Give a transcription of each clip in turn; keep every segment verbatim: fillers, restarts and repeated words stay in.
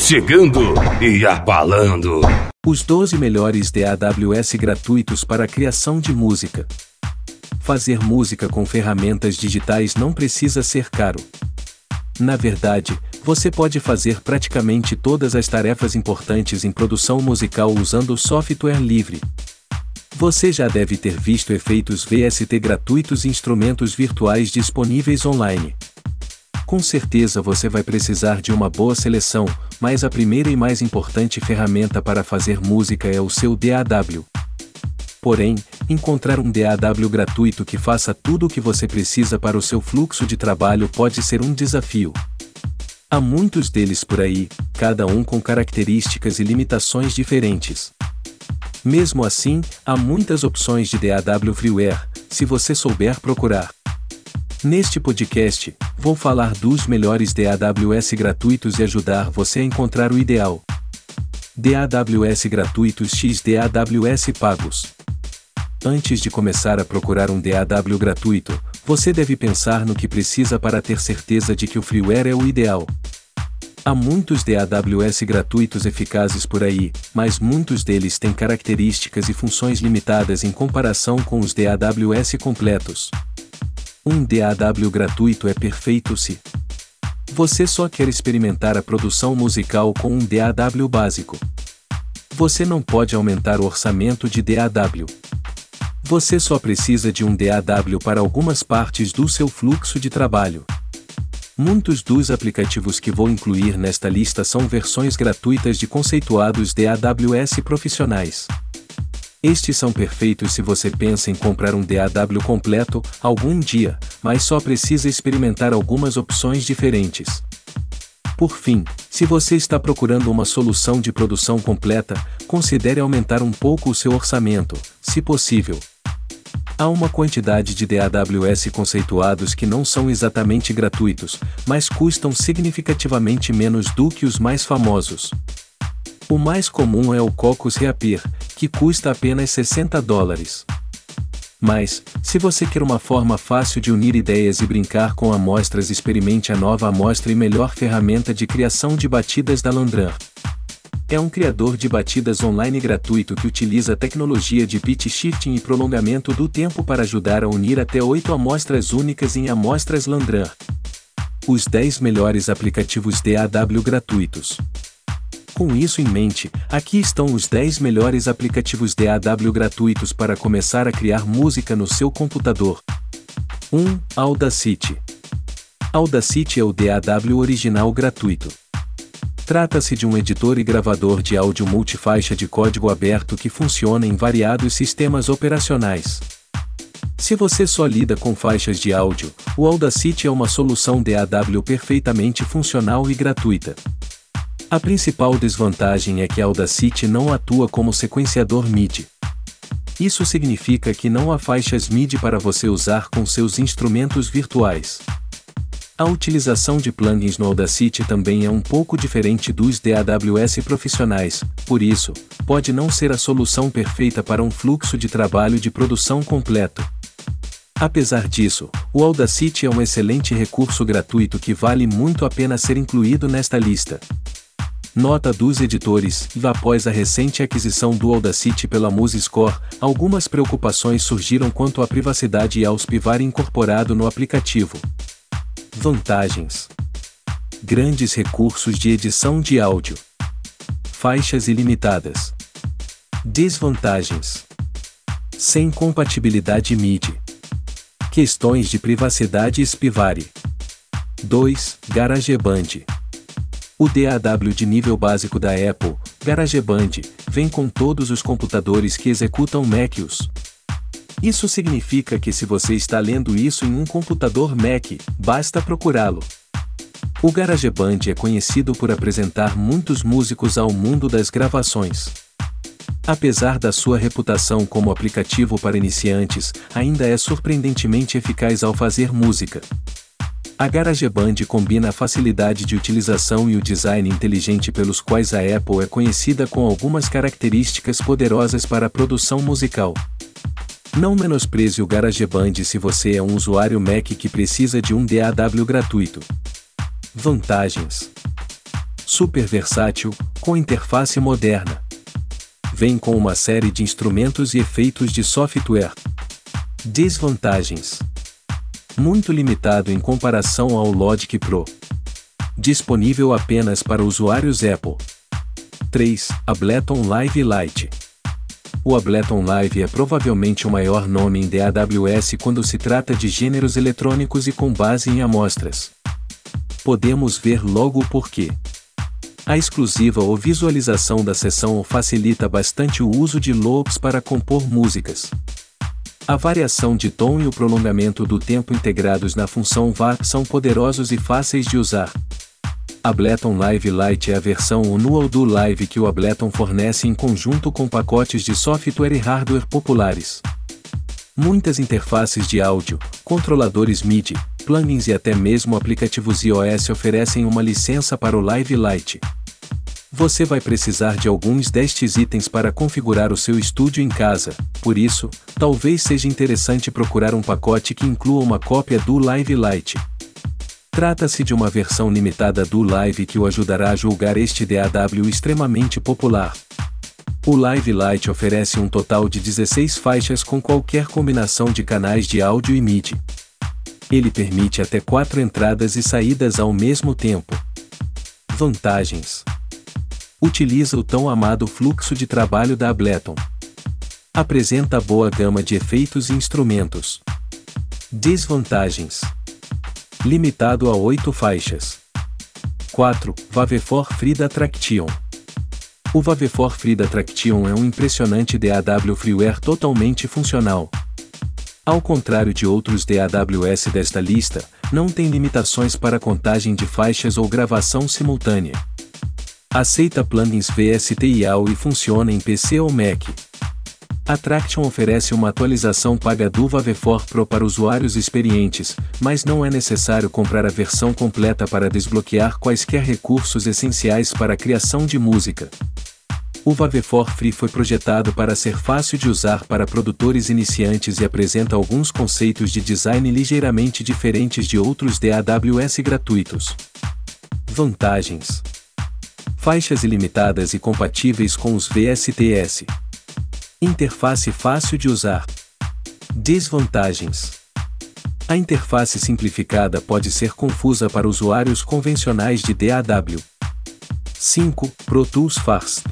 chegando e abalando. Os doze melhores D A W S gratuitos para a criação de música. Fazer música com ferramentas digitais não precisa ser caro. Na verdade, você pode fazer praticamente todas as tarefas importantes em produção musical usando software livre. Você já deve ter visto efeitos V S T gratuitos e instrumentos virtuais disponíveis online. Com certeza você vai precisar de uma boa seleção, mas a primeira e mais importante ferramenta para fazer música é o seu D A W. Porém, encontrar um D A W gratuito que faça tudo o que você precisa para o seu fluxo de trabalho pode ser um desafio. Há muitos deles por aí, cada um com características e limitações diferentes. Mesmo assim, há muitas opções de D A W freeware, se você souber procurar. Neste podcast, vou falar dos melhores D A W S gratuitos e ajudar você a encontrar o ideal. D A W S gratuitos x D A W S pagos. Antes de começar a procurar um D A W gratuito, você deve pensar no que precisa para ter certeza de que o freeware é o ideal. Há muitos D A W S gratuitos eficazes por aí, mas muitos deles têm características e funções limitadas em comparação com os D A W S completos. Um D A W gratuito é perfeito se você só quer experimentar a produção musical com um D A W básico. Você não pode aumentar o orçamento de D A W. Você só precisa de um D A W para algumas partes do seu fluxo de trabalho. Muitos dos aplicativos que vou incluir nesta lista são versões gratuitas de conceituados D A W S profissionais. Estes são perfeitos se você pensa em comprar um D A W completo algum dia, mas só precisa experimentar algumas opções diferentes. Por fim, se você está procurando uma solução de produção completa, considere aumentar um pouco o seu orçamento, se possível. Há uma quantidade de D A W S conceituados que não são exatamente gratuitos, mas custam significativamente menos do que os mais famosos. O mais comum é o Cocos Reaper, que custa apenas sessenta dólares. Mas, se você quer uma forma fácil de unir ideias e brincar com amostras, experimente a nova amostra e melhor ferramenta de criação de batidas da Landran. É um criador de batidas online gratuito que utiliza a tecnologia de pitch shifting e prolongamento do tempo para ajudar a unir até oito amostras únicas em amostras Landran. Os dez melhores aplicativos D A W gratuitos. Com isso em mente, aqui estão os dez melhores aplicativos D A W gratuitos para começar a criar música no seu computador. um. Audacity. Audacity é o D A W original gratuito. Trata-se de um editor e gravador de áudio multifaixa de código aberto que funciona em variados sistemas operacionais. Se você só lida com faixas de áudio, o Audacity é uma solução D A W perfeitamente funcional e gratuita. A principal desvantagem é que a Audacity não atua como sequenciador M I D I. Isso significa que não há faixas M I D I para você usar com seus instrumentos virtuais. A utilização de plugins no Audacity também é um pouco diferente dos D A W S profissionais, por isso, pode não ser a solução perfeita para um fluxo de trabalho de produção completo. Apesar disso, o Audacity é um excelente recurso gratuito que vale muito a pena ser incluído nesta lista. Nota dos editores: após a recente aquisição do Audacity pela MuseScore, algumas preocupações surgiram quanto à privacidade e ao spyware incorporado no aplicativo. Vantagens: grandes recursos de edição de áudio, faixas ilimitadas. Desvantagens: sem compatibilidade M I D I, questões de privacidade e spyware. dois. GarageBand. O D A W de nível básico da Apple, GarageBand, vem com todos os computadores que executam MacOS. Isso significa que se você está lendo isso em um computador Mac, basta procurá-lo. O GarageBand é conhecido por apresentar muitos músicos ao mundo das gravações. Apesar da sua reputação como aplicativo para iniciantes, ainda é surpreendentemente eficaz ao fazer música. A GarageBand combina a facilidade de utilização e o design inteligente pelos quais a Apple é conhecida, com algumas características poderosas para a produção musical. Não menospreze o GarageBand se você é um usuário Mac que precisa de um D A W gratuito. Vantagens: super versátil, com interface moderna. Vem com uma série de instrumentos e efeitos de software. Desvantagens: muito limitado em comparação ao Logic Pro. Disponível apenas para usuários Apple. três. Ableton Live Lite. O Ableton Live é provavelmente o maior nome em D A W S quando se trata de gêneros eletrônicos e com base em amostras. Podemos ver logo o porquê. A exclusiva ou visualização da sessão facilita bastante o uso de loops para compor músicas. A variação de tom e o prolongamento do tempo integrados na função V A R são poderosos e fáceis de usar. Ableton Live Lite é a versão anual do Live que o Ableton fornece em conjunto com pacotes de software e hardware populares. Muitas interfaces de áudio, controladores M I D I, plugins e até mesmo aplicativos iOS oferecem uma licença para o Live Lite. Você vai precisar de alguns destes itens para configurar o seu estúdio em casa, por isso, talvez seja interessante procurar um pacote que inclua uma cópia do Live Lite. Trata-se de uma versão limitada do Live que o ajudará a julgar este D A W extremamente popular. O Live Lite oferece um total de dezesseis faixas com qualquer combinação de canais de áudio e M I D I. Ele permite até quatro entradas e saídas ao mesmo tempo. Vantagens: utiliza o tão amado fluxo de trabalho da Ableton. Apresenta boa gama de efeitos e instrumentos. Desvantagens: limitado a oito faixas. quatro. Waveform Free da Traction. O Waveform Free da Traction é um impressionante D A W freeware totalmente funcional. Ao contrário de outros D A W S desta lista, não tem limitações para contagem de faixas ou gravação simultânea. Aceita plugins V S T I A e funciona em P C ou Mac. A Traction oferece uma atualização paga do Waveform Pro para usuários experientes, mas não é necessário comprar a versão completa para desbloquear quaisquer recursos essenciais para a criação de música. O Waveform Free foi projetado para ser fácil de usar para produtores iniciantes e apresenta alguns conceitos de design ligeiramente diferentes de outros D A W S gratuitos. Vantagens: faixas ilimitadas e compatíveis com os V S T S. Interface fácil de usar. Desvantagens: a interface simplificada pode ser confusa para usuários convencionais de D A W. cinco. Pro Tools Fast.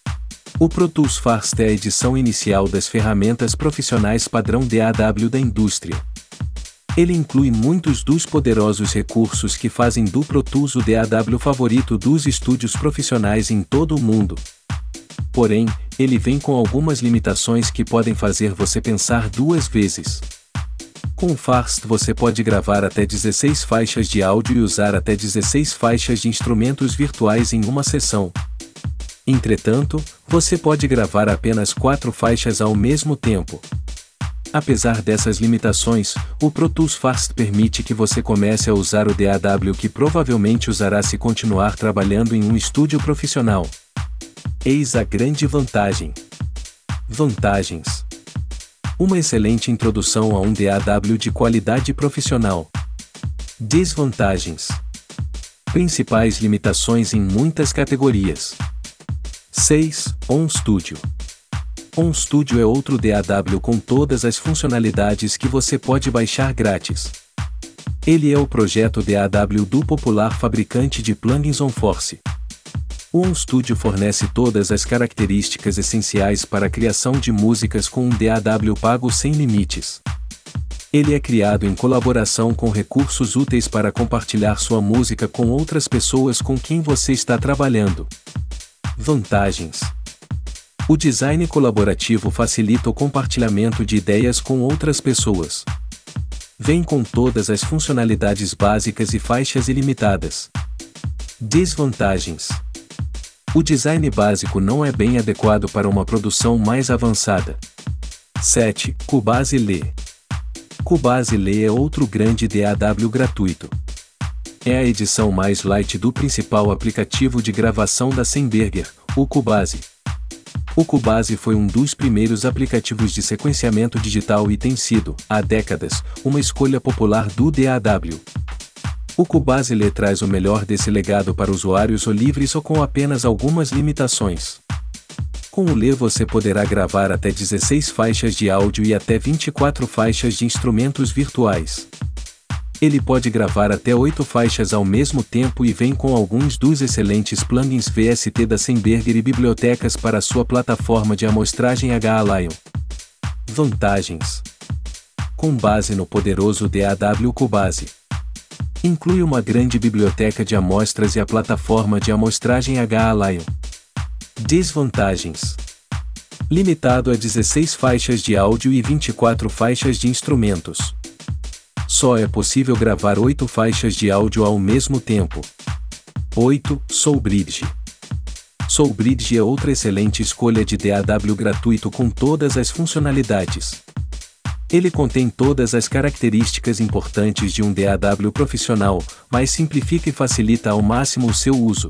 O Pro Tools Fast é a edição inicial das ferramentas profissionais padrão D A W da indústria. Ele inclui muitos dos poderosos recursos que fazem do Pro Tools o D A W favorito dos estúdios profissionais em todo o mundo. Porém, ele vem com algumas limitações que podem fazer você pensar duas vezes. Com o Fast você pode gravar até dezesseis faixas de áudio e usar até dezesseis faixas de instrumentos virtuais em uma sessão. Entretanto, você pode gravar apenas quatro faixas ao mesmo tempo. Apesar dessas limitações, o Pro Tools Fast permite que você comece a usar o D A W que provavelmente usará se continuar trabalhando em um estúdio profissional. Eis a grande vantagem. Vantagens: uma excelente introdução a um D A W de qualidade profissional. Desvantagens: principais limitações em muitas categorias. seis. OnStudio. OnStudio é outro D A W com todas as funcionalidades que você pode baixar grátis. Ele é o projeto D A W do popular fabricante de plugins OnForce. O OnStudio fornece todas as características essenciais para a criação de músicas com um D A W pago sem limites. Ele é criado em colaboração com recursos úteis para compartilhar sua música com outras pessoas com quem você está trabalhando. Vantagens: o design colaborativo facilita o compartilhamento de ideias com outras pessoas. Vem com todas as funcionalidades básicas e faixas ilimitadas. Desvantagens: o design básico não é bem adequado para uma produção mais avançada. sete. Cubase L E. Cubase L E é outro grande D A W gratuito. É a edição mais light do principal aplicativo de gravação da Sennberger, o Cubase. O Cubase foi um dos primeiros aplicativos de sequenciamento digital e tem sido, há décadas, uma escolha popular do D A W. O Cubase L E traz o melhor desse legado para usuários ou livres ou com apenas algumas limitações. Com o L E você poderá gravar até dezesseis faixas de áudio e até vinte e quatro faixas de instrumentos virtuais. Ele pode gravar até oito faixas ao mesmo tempo e vem com alguns dos excelentes plugins V S T da Sennberger e bibliotecas para sua plataforma de amostragem H A Lion. Vantagens: com base no poderoso D A W Cubase. Inclui uma grande biblioteca de amostras e a plataforma de amostragem H A Lion. Desvantagens: limitado a dezesseis faixas de áudio e vinte e quatro faixas de instrumentos. Só é possível gravar oito faixas de áudio ao mesmo tempo. oito. Soulbridge. Soulbridge é outra excelente escolha de D A W gratuito com todas as funcionalidades. Ele contém todas as características importantes de um D A W profissional, mas simplifica e facilita ao máximo o seu uso.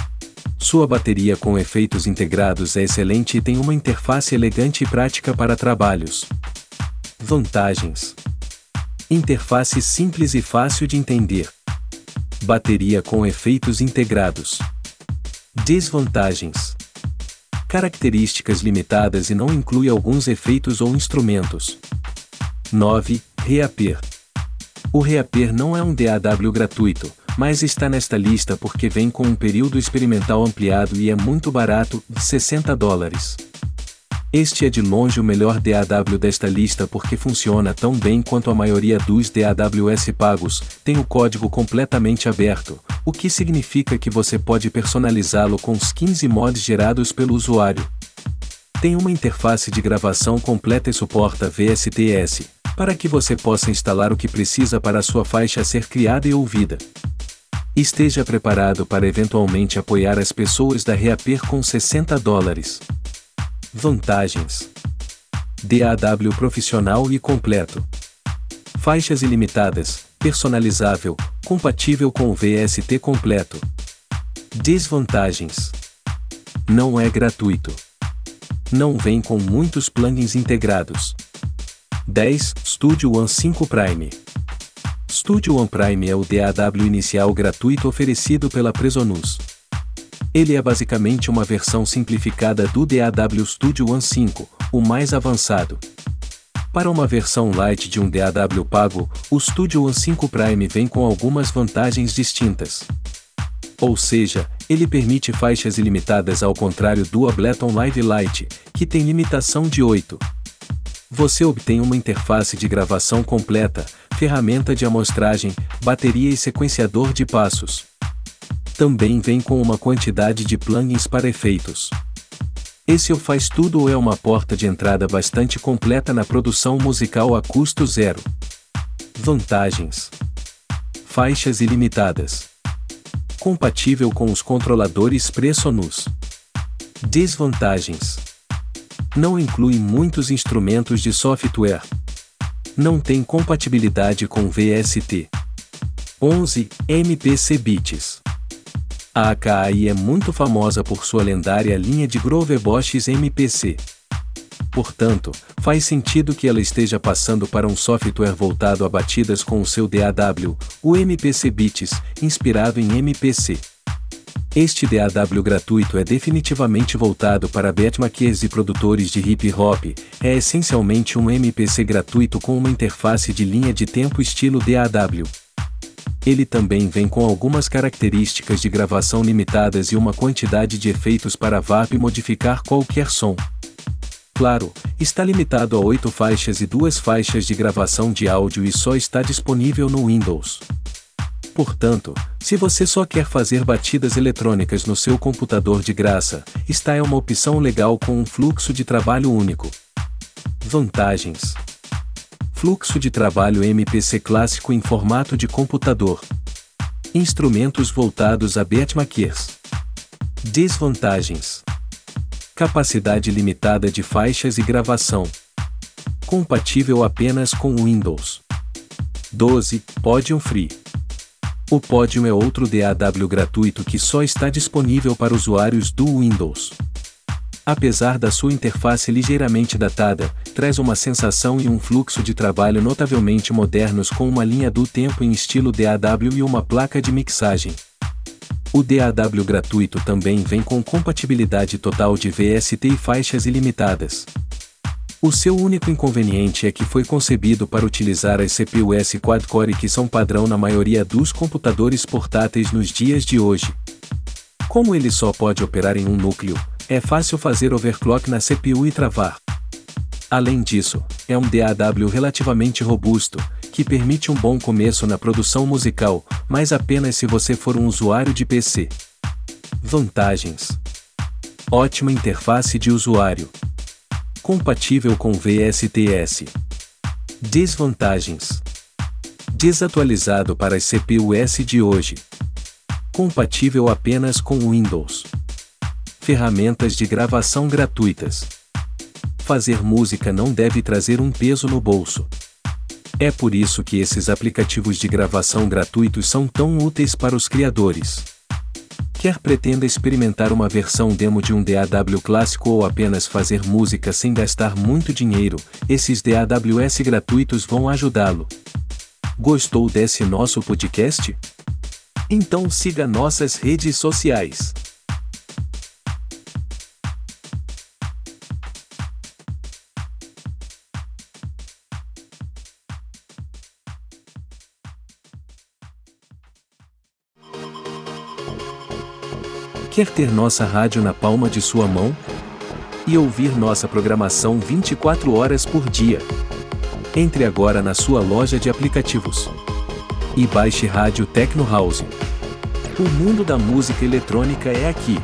Sua bateria com efeitos integrados é excelente e tem uma interface elegante e prática para trabalhos. Vantagens: interface simples e fácil de entender. Bateria com efeitos integrados. Desvantagens: características limitadas e não inclui alguns efeitos ou instrumentos. nove. Reaper. O Reaper não é um D A W gratuito, mas está nesta lista porque vem com um período experimental ampliado e é muito barato, sessenta dólares. Este é de longe o melhor D A W desta lista porque funciona tão bem quanto a maioria dos D A W S pagos, tem o código completamente aberto, o que significa que você pode personalizá-lo com os quinze mods gerados pelo usuário. Tem uma interface de gravação completa e suporta V S T S, para que você possa instalar o que precisa para a sua faixa ser criada e ouvida. Esteja preparado para eventualmente apoiar as pessoas da Reaper com sessenta dólares. Vantagens: D A W profissional e completo. Faixas ilimitadas, personalizável, compatível com o V S T completo. Desvantagens: não é gratuito. Não vem com muitos plugins integrados. dez. Studio One cinco Prime. Studio One Prime é o D A W inicial gratuito oferecido pela Presonus. Ele é basicamente uma versão simplificada do D A W Studio One cinco, o mais avançado. Para uma versão light de um D A W pago, o Studio One cinco Prime vem com algumas vantagens distintas. Ou seja, ele permite faixas ilimitadas ao contrário do Ableton Live Lite, que tem limitação de oito. Você obtém uma interface de gravação completa, ferramenta de amostragem, bateria e sequenciador de passos. Também vem com uma quantidade de plugins para efeitos. Esse ou faz tudo ou é uma porta de entrada bastante completa na produção musical a custo zero. Vantagens: faixas ilimitadas. Compatível com os controladores Presonus. Desvantagens: não inclui muitos instrumentos de software. Não tem compatibilidade com V S T. onze. M P C Beats. A Akai é muito famosa por sua lendária linha de Groovebox M P C. Portanto, faz sentido que ela esteja passando para um software voltado a batidas com o seu D A W, o M P C Beats, inspirado em M P C. Este D A W gratuito é definitivamente voltado para beatmakers e produtores de hip hop, é essencialmente um M P C gratuito com uma interface de linha de tempo estilo D A W. Ele também vem com algumas características de gravação limitadas e uma quantidade de efeitos para V A P e modificar qualquer som. Claro, está limitado a oito faixas e duas faixas de gravação de áudio e só está disponível no Windows. Portanto, se você só quer fazer batidas eletrônicas no seu computador de graça, esta é uma opção legal com um fluxo de trabalho único. Vantagens: fluxo de trabalho M P C clássico em formato de computador. Instrumentos voltados a beatmakers. Desvantagens: capacidade limitada de faixas e gravação. Compatível apenas com Windows. doze. Podium Free. O Podium é outro D A W gratuito que só está disponível para usuários do Windows. Apesar da sua interface ligeiramente datada, traz uma sensação e um fluxo de trabalho notavelmente modernos com uma linha do tempo em estilo D A W e uma placa de mixagem. O D A W gratuito também vem com compatibilidade total de V S T e faixas ilimitadas. O seu único inconveniente é que foi concebido para utilizar as C P Us quad-core que são padrão na maioria dos computadores portáteis nos dias de hoje. Como ele só pode operar em um núcleo, é fácil fazer overclock na C P U e travar. Além disso, é um D A W relativamente robusto, que permite um bom começo na produção musical, mas apenas se você for um usuário de P C. Vantagens: ótima interface de usuário, compatível com V S T S. Desvantagens: desatualizado para as C P Us de hoje. Compatível apenas com Windows. Ferramentas de gravação gratuitas. Fazer música não deve trazer um peso no bolso. É por isso que esses aplicativos de gravação gratuitos são tão úteis para os criadores. Quer pretenda experimentar uma versão demo de um D A W clássico ou apenas fazer música sem gastar muito dinheiro, esses D A W S gratuitos vão ajudá-lo. Gostou desse nosso podcast? Então siga nossas redes sociais. Quer ter nossa rádio na palma de sua mão? E ouvir nossa programação vinte e quatro horas por dia? Entre agora na sua loja de aplicativos e baixe Rádio Techno House. O mundo da música eletrônica é aqui.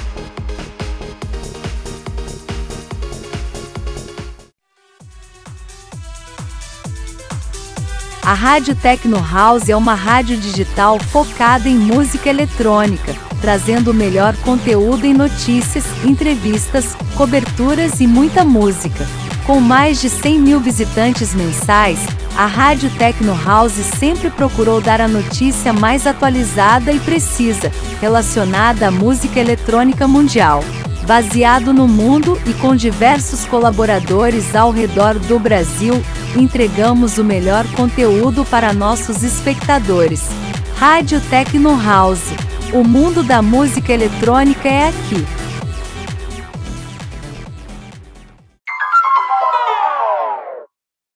A Rádio Techno House é uma rádio digital focada em música eletrônica, trazendo o melhor conteúdo em notícias, entrevistas, coberturas e muita música. Com mais de cem mil visitantes mensais, a Rádio Techno House sempre procurou dar a notícia mais atualizada e precisa, relacionada à música eletrônica mundial. Baseado no mundo e com diversos colaboradores ao redor do Brasil, entregamos o melhor conteúdo para nossos espectadores. Rádio Techno House. O mundo da música eletrônica é aqui.